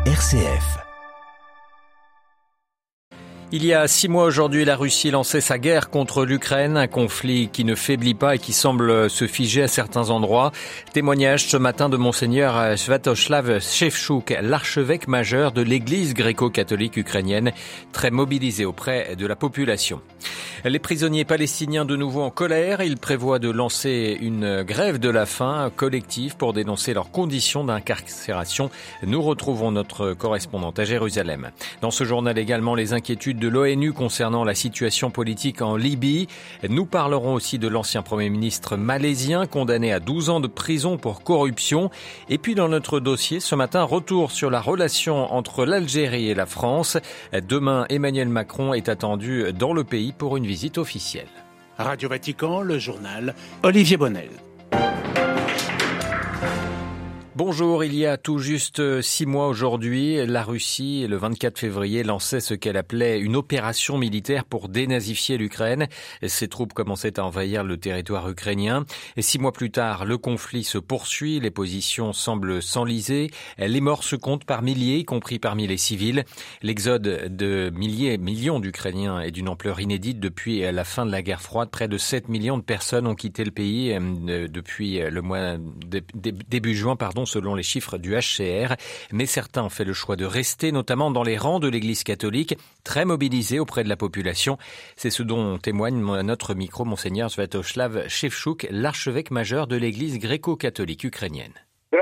RCF. Il y a 6 mois aujourd'hui, la Russie lançait sa guerre contre l'Ukraine, un conflit qui ne faiblit pas et qui semble se figer à certains endroits. Témoignage ce matin de Monseigneur Sviatoslav Shevchuk, l'archevêque majeur de l'église gréco-catholique ukrainienne, très mobilisé auprès de la population. Les prisonniers palestiniens de nouveau en colère, ils prévoient de lancer une grève de la faim collective pour dénoncer leurs conditions d'incarcération. Nous retrouvons notre correspondante à Jérusalem. Dans ce journal également, les inquiétudes de l'ONU concernant la situation politique en Libye. Nous parlerons aussi de l'ancien Premier ministre malaisien condamné à 12 ans de prison pour corruption. Et puis dans notre dossier, ce matin, retour sur la relation entre l'Algérie et la France. Demain, Emmanuel Macron est attendu dans le pays pour une visite officielle. Radio Vatican, le journal, Olivier Bonnel. Bonjour, il y a tout juste 6 mois aujourd'hui, la Russie, le 24 février, lançait ce qu'elle appelait une opération militaire pour dénazifier l'Ukraine. Ses troupes commençaient à envahir le territoire ukrainien. Et 6 mois plus tard, le conflit se poursuit, les positions semblent s'enliser. Les morts se comptent par milliers, y compris parmi les civils. L'exode de millions d'Ukrainiens est d'une ampleur inédite depuis la fin de la guerre froide. Près de 7 millions de personnes ont quitté le pays depuis le mois début juin, selon les chiffres du HCR. Mais certains ont fait le choix de rester, notamment dans les rangs de l'Église catholique, très mobilisés auprès de la population. C'est ce dont témoigne à notre micro Monseigneur Sviatoslav Shevchuk, l'archevêque majeur de l'Église gréco-catholique ukrainienne.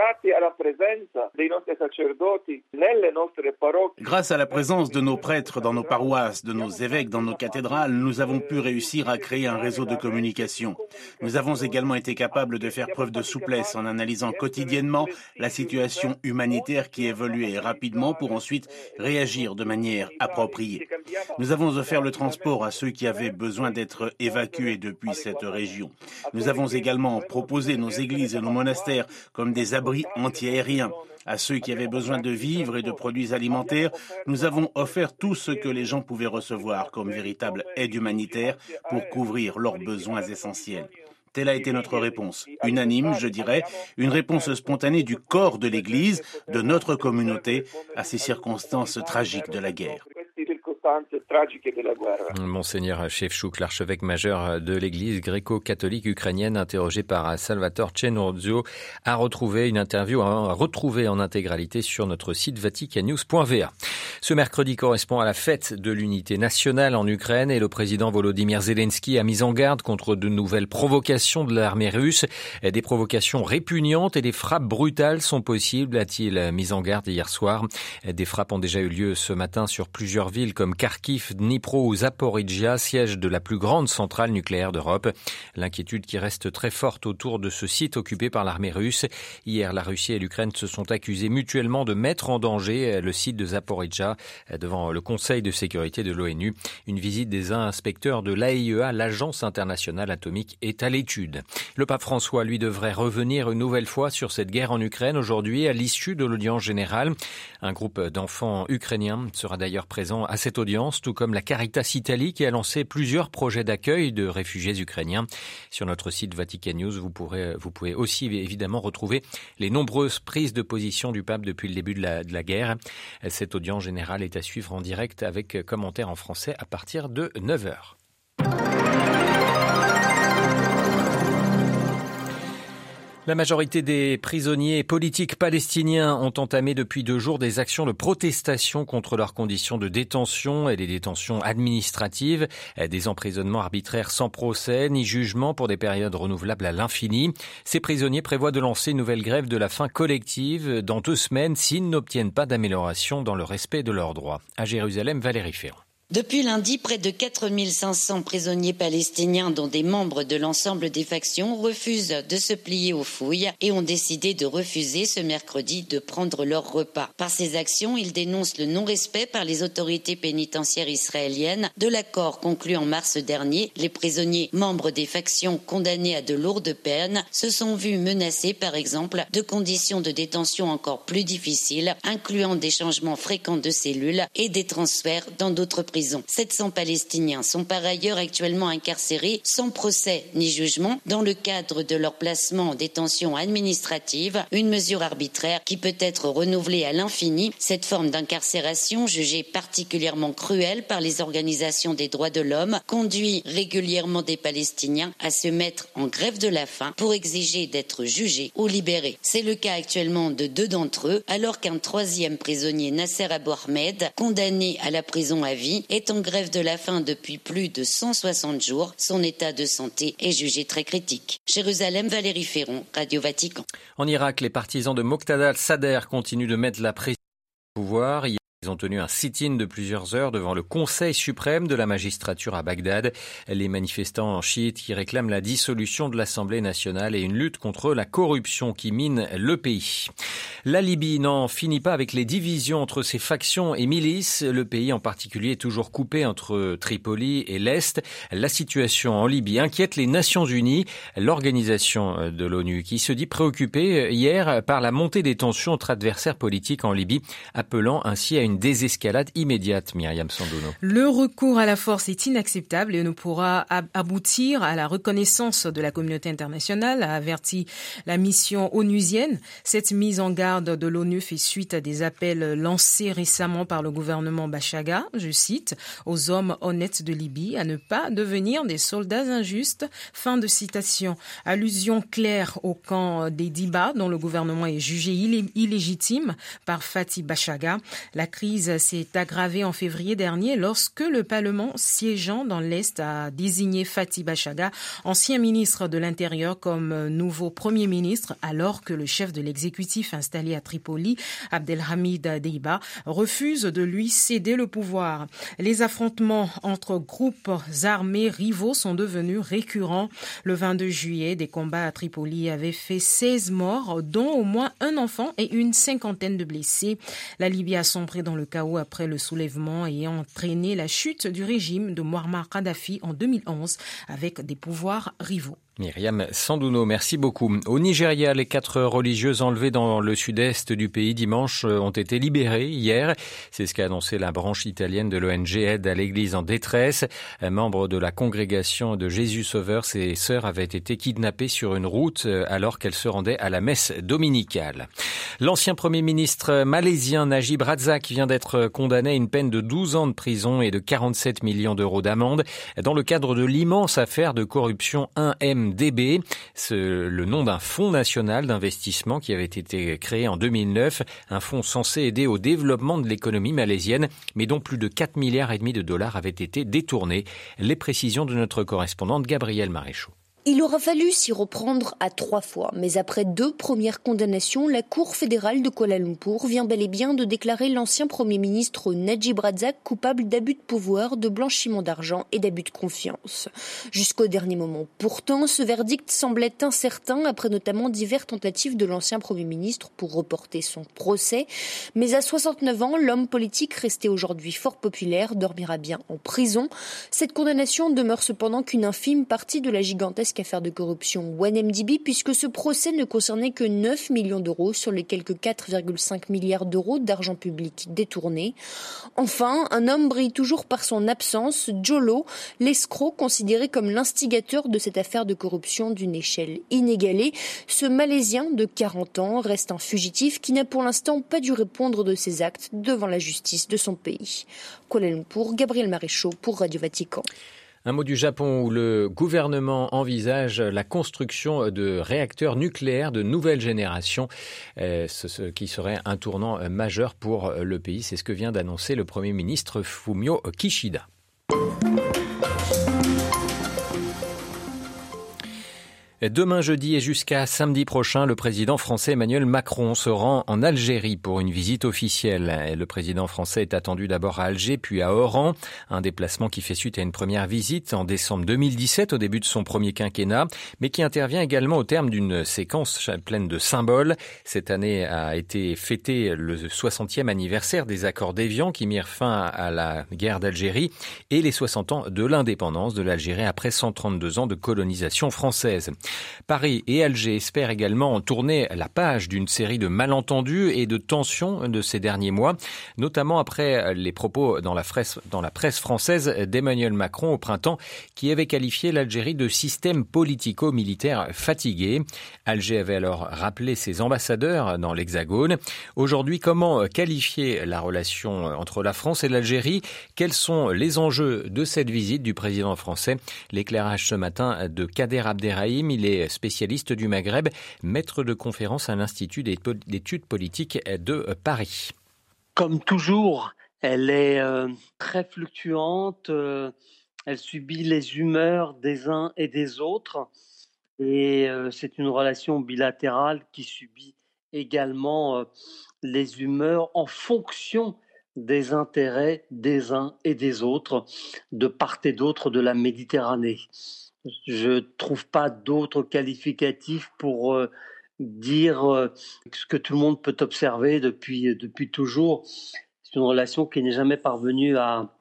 Grâce à la présence de nos prêtres dans nos paroisses, de nos évêques dans nos cathédrales, nous avons pu réussir à créer un réseau de communication. Nous avons également été capables de faire preuve de souplesse en analysant quotidiennement la situation humanitaire qui évoluait rapidement pour ensuite réagir de manière appropriée. Nous avons offert le transport à ceux qui avaient besoin d'être évacués depuis cette région. Nous avons également proposé nos églises et nos monastères comme des abris anti-aériens. À ceux qui avaient besoin de vivres et de produits alimentaires, nous avons offert tout ce que les gens pouvaient recevoir comme véritable aide humanitaire pour couvrir leurs besoins essentiels. Telle a été notre réponse, unanime, je dirais, une réponse spontanée du corps de l'Église, de notre communauté, à ces circonstances tragiques de la guerre. Monseigneur Shevchuk, l'archevêque majeur de l'église gréco-catholique ukrainienne, interrogé par Salvatore Cenurzo, a retrouvé une interview à retrouver en intégralité sur notre site vaticannews.va. Ce mercredi correspond à la fête de l'unité nationale en Ukraine et le président Volodymyr Zelensky a mis en garde contre de nouvelles provocations de l'armée russe. Des provocations répugnantes et des frappes brutales sont possibles, a-t-il mis en garde hier soir. Des frappes ont déjà eu lieu ce matin sur plusieurs villes comme Kharkiv, Dnipro ou Zaporizhzhia, siège de la plus grande centrale nucléaire d'Europe. L'inquiétude qui reste très forte autour de ce site occupé par l'armée russe. Hier, la Russie et l'Ukraine se sont accusés mutuellement de mettre en danger le site de Zaporizhzhia devant le Conseil de sécurité de l'ONU. Une visite des inspecteurs de l'AIEA, l'Agence internationale atomique, est à l'étude. Le pape François, lui, devrait revenir une nouvelle fois sur cette guerre en Ukraine aujourd'hui à l'issue de l'audience générale. Un groupe d'enfants ukrainiens sera d'ailleurs présent à cette audience, tout comme la Caritas Italie qui a lancé plusieurs projets d'accueil de réfugiés ukrainiens. Sur notre site Vatican News, vous pouvez aussi évidemment retrouver les nombreuses prises de position du pape depuis le début de la guerre. Cette audience générale est à suivre en direct avec commentaires en français à partir de 9h. La majorité des prisonniers politiques palestiniens ont entamé depuis 2 jours des actions de protestation contre leurs conditions de détention et les détentions administratives, des emprisonnements arbitraires sans procès ni jugement pour des périodes renouvelables à l'infini. Ces prisonniers prévoient de lancer une nouvelle grève de la faim collective dans 2 semaines s'ils n'obtiennent pas d'amélioration dans le respect de leurs droits. À Jérusalem, Valérie Ferrand. Depuis lundi, près de 4500 prisonniers palestiniens, dont des membres de l'ensemble des factions, refusent de se plier aux fouilles et ont décidé de refuser ce mercredi de prendre leur repas. Par ces actions, ils dénoncent le non-respect par les autorités pénitentiaires israéliennes de l'accord conclu en mars dernier. Les prisonniers membres des factions condamnés à de lourdes peines se sont vus menacés, par exemple, de conditions de détention encore plus difficiles, incluant des changements fréquents de cellules et des transferts dans d'autres prisons prison. 700 Palestiniens sont par ailleurs actuellement incarcérés sans procès ni jugement dans le cadre de leur placement en détention administrative, une mesure arbitraire qui peut être renouvelée à l'infini. Cette forme d'incarcération, jugée particulièrement cruelle par les organisations des droits de l'homme, conduit régulièrement des Palestiniens à se mettre en grève de la faim pour exiger d'être jugés ou libérés. C'est le cas actuellement de 2 d'entre eux, alors qu'un 3e prisonnier, Nasser Abou Ahmed, condamné à la prison à vie, est en grève de la faim depuis plus de 160 jours. Son état de santé est jugé très critique. Jérusalem, Valérie Ferron, Radio Vatican. En Irak, les partisans de Moqtada al-Sadr continuent de mettre la pression au pouvoir. Ils ont tenu un sit-in de plusieurs heures devant le Conseil suprême de la magistrature à Bagdad. Les manifestants chiites qui réclament la dissolution de l'Assemblée nationale et une lutte contre la corruption qui mine le pays. La Libye n'en finit pas avec les divisions entre ses factions et milices. Le pays en particulier est toujours coupé entre Tripoli et l'Est. La situation en Libye inquiète les Nations Unies, l'organisation de l'ONU qui se dit préoccupée hier par la montée des tensions entre adversaires politiques en Libye, appelant ainsi à une désescalade immédiate, Myriam Sandouno. Le recours à la force est inacceptable et ne pourra aboutir à la reconnaissance de la communauté internationale, a averti la mission onusienne. Cette mise en garde de l'ONU fait suite à des appels lancés récemment par le gouvernement Bachaga, je cite, aux hommes honnêtes de Libye à ne pas devenir des soldats injustes. Fin de citation. Allusion claire au camp des Diba, dont le gouvernement est jugé illégitime par Fathi Bachaga. La crise s'est aggravée en février dernier lorsque le Parlement siégeant dans l'Est a désigné Fathi Bachaga, ancien ministre de l'Intérieur, comme nouveau Premier ministre, alors que le chef de l'exécutif installé à Tripoli, Abdelhamid Deiba, refuse de lui céder le pouvoir. Les affrontements entre groupes armés rivaux sont devenus récurrents. Le 22 juillet, des combats à Tripoli avaient fait 16 morts, dont au moins un enfant et une 50aine de blessés. La Libye a sombré dans le chaos après le soulèvement ayant entraîné la chute du régime de Muammar Kadhafi en 2011 avec des pouvoirs rivaux. Myriam Sandouno, merci beaucoup. Au Nigeria, les 4 religieuses enlevées dans le sud-est du pays dimanche ont été libérées hier. C'est ce qu'a annoncé la branche italienne de l'ONG Aide à l'Église en détresse. Membre de la congrégation de Jésus Sauveur, ces sœurs avaient été kidnappées sur une route alors qu'elles se rendaient à la messe dominicale. L'ancien Premier ministre malaisien Najib Razak vient d'être condamné à une peine de 12 ans de prison et de 47 millions d'euros d'amende dans le cadre de l'immense affaire de corruption 1M. DB, c'est le nom d'un fonds national d'investissement qui avait été créé en 2009, un fonds censé aider au développement de l'économie malaisienne, mais dont plus de 4,5 milliards de dollars avaient été détournés. Les précisions de notre correspondante Gabrielle Maréchaux. Il aura fallu s'y reprendre à 3 fois, mais après 2 premières condamnations, la Cour fédérale de Kuala Lumpur vient bel et bien de déclarer l'ancien Premier ministre Najib Razak coupable d'abus de pouvoir, de blanchiment d'argent et d'abus de confiance. Jusqu'au dernier moment. Pourtant, ce verdict semblait incertain après notamment diverses tentatives de l'ancien Premier ministre pour reporter son procès. Mais à 69 ans, l'homme politique resté aujourd'hui fort populaire dormira bien en prison. Cette condamnation demeure cependant qu'une infime partie de la gigantesque affaire de corruption 1MDB, puisque ce procès ne concernait que 9 millions d'euros sur les quelques 4,5 milliards d'euros d'argent public détourné. Enfin, un homme brille toujours par son absence, Jolo, l'escroc considéré comme l'instigateur de cette affaire de corruption d'une échelle inégalée. Ce Malaisien de 40 ans reste un fugitif qui n'a pour l'instant pas dû répondre de ses actes devant la justice de son pays. Kuala Lumpur, Gabrielle Maréchaux pour Radio Vatican. Un mot du Japon où le gouvernement envisage la construction de réacteurs nucléaires de nouvelle génération, ce qui serait un tournant majeur pour le pays. C'est ce que vient d'annoncer le Premier ministre Fumio Kishida. Demain jeudi et jusqu'à samedi prochain, le président français Emmanuel Macron se rend en Algérie pour une visite officielle. Le président français est attendu d'abord à Alger puis à Oran, un déplacement qui fait suite à une première visite en décembre 2017 au début de son premier quinquennat, mais qui intervient également au terme d'une séquence pleine de symboles. Cette année a été fêté le 60e anniversaire des accords d'Évian qui mirent fin à la guerre d'Algérie et les 60 ans de l'indépendance de l'Algérie après 132 ans de colonisation française. Paris et Alger espèrent également tourner la page d'une série de malentendus et de tensions de ces derniers mois, notamment après les propos dans la presse française d'Emmanuel Macron au printemps, qui avait qualifié l'Algérie de système politico-militaire fatigué. Alger avait alors rappelé ses ambassadeurs dans l'Hexagone. Aujourd'hui, comment qualifier la relation entre la France et l'Algérie? Quels sont les enjeux de cette visite du président français? L'éclairage ce matin de Kader Abderrahim, il est spécialiste du Maghreb, maître de conférence à l'Institut d'études politiques de Paris. Comme toujours, elle est très fluctuante, elle subit les humeurs des uns et des autres, et c'est une relation bilatérale qui subit également les humeurs en fonction des intérêts des uns et des autres, de part et d'autre de la Méditerranée. Je ne trouve pas d'autres qualificatifs pour dire ce que tout le monde peut observer depuis toujours. C'est une relation qui n'est jamais parvenue à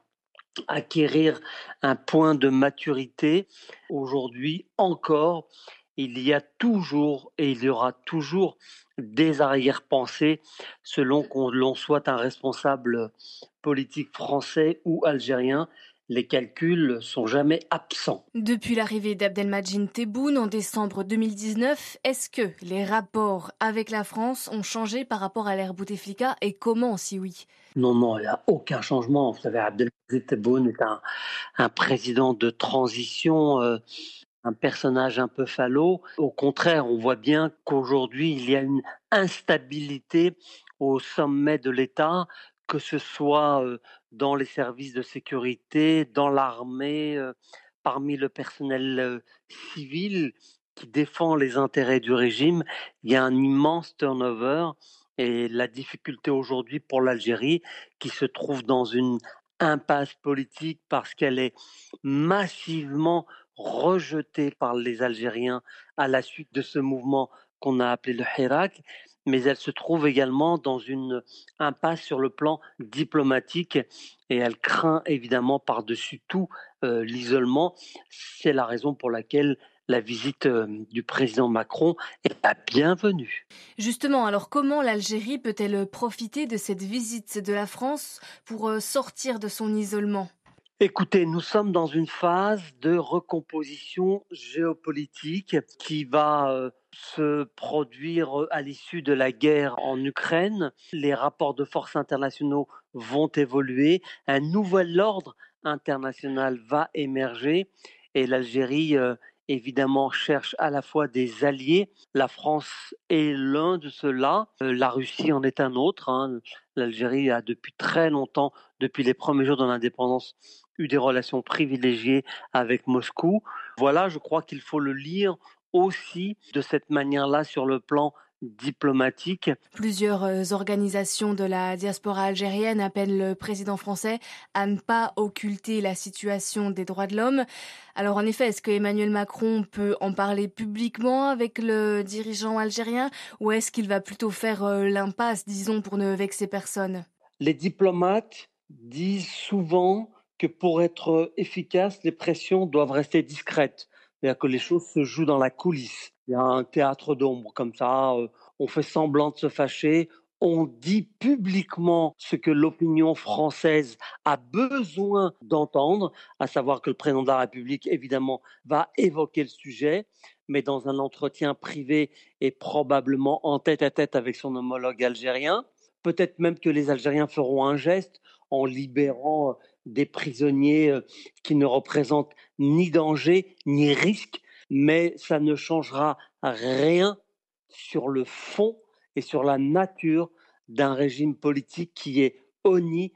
acquérir un point de maturité. Aujourd'hui encore, il y a toujours et il y aura toujours des arrière-pensées selon qu'on l'on soit un responsable politique français ou algérien. Les calculs sont jamais absents. Depuis l'arrivée d'Abdelmadjid Tebboune en décembre 2019, est-ce que les rapports avec la France ont changé par rapport à l'ère Bouteflika et comment, si oui? Non, il n'y a aucun changement. Vous savez, Abdelmadjid Tebboune est un président de transition, un personnage un peu falot. Au contraire, on voit bien qu'aujourd'hui, il y a une instabilité au sommet de l'État, que ce soit dans les services de sécurité, dans l'armée, parmi le personnel civil qui défend les intérêts du régime. Il y a un immense turnover et la difficulté aujourd'hui pour l'Algérie qui se trouve dans une impasse politique parce qu'elle est massivement rejetée par les Algériens à la suite de ce mouvement qu'on a appelé le Hirak, mais elle se trouve également dans une impasse sur le plan diplomatique et elle craint évidemment par-dessus tout l'isolement. C'est la raison pour laquelle la visite du président Macron est la bienvenue. Justement, alors comment l'Algérie peut-elle profiter de cette visite de la France pour sortir de son isolement ? Écoutez, nous sommes dans une phase de recomposition géopolitique qui va se produire à l'issue de la guerre en Ukraine. Les rapports de force internationaux vont évoluer. Un nouvel ordre international va émerger et l'Algérie évidemment cherche à la fois des alliés. La France est l'un de ceux-là. La Russie en est un autre. L'Algérie a depuis très longtemps, depuis les premiers jours de l'indépendance, eu des relations privilégiées avec Moscou. Voilà, je crois qu'il faut le lire aussi de cette manière-là sur le plan diplomatique. Plusieurs organisations de la diaspora algérienne appellent le président français à ne pas occulter la situation des droits de l'homme. Alors en effet, est-ce que Emmanuel Macron peut en parler publiquement avec le dirigeant algérien ou est-ce qu'il va plutôt faire l'impasse, disons, pour ne vexer personne ? Les diplomates disent souvent que pour être efficaces, les pressions doivent rester discrètes. C'est-à-dire que les choses se jouent dans la coulisse. Il y a un théâtre d'ombre comme ça, on fait semblant de se fâcher, on dit publiquement ce que l'opinion française a besoin d'entendre, à savoir que le président de la République, évidemment, va évoquer le sujet, mais dans un entretien privé et probablement en tête-à-tête avec son homologue algérien. Peut-être même que les Algériens feront un geste en libérant des prisonniers qui ne représentent ni danger ni risque, mais ça ne changera rien sur le fond et sur la nature d'un régime politique qui est honni,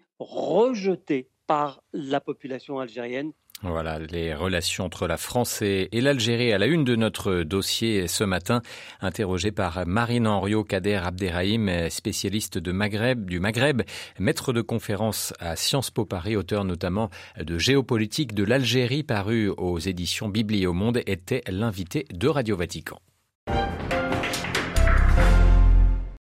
rejeté par la population algérienne. Voilà, les relations entre la France et l'Algérie à la une de notre dossier ce matin, interrogé par Marine Henriot, Kader Abderrahim, spécialiste du Maghreb, maître de conférence à Sciences Po Paris, auteur notamment de Géopolitique de l'Algérie paru aux éditions Bibli au Monde, était l'invité de Radio Vatican.